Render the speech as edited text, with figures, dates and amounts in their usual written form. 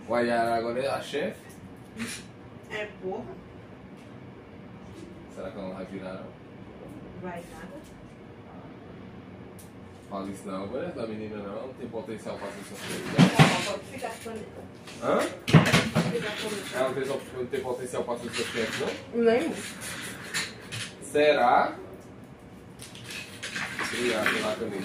O Ayara agora é a chefe? É porra. Será que ela não vai virar, não? Vai nada. Fala isso não, agora da menina não tem potencial para ser sofrida. Pode ficar com ele. Hã? Pode ficar com ele. Ela não tem potencial para ser sofrida, não? Nem. Será? Obrigado pela camisa.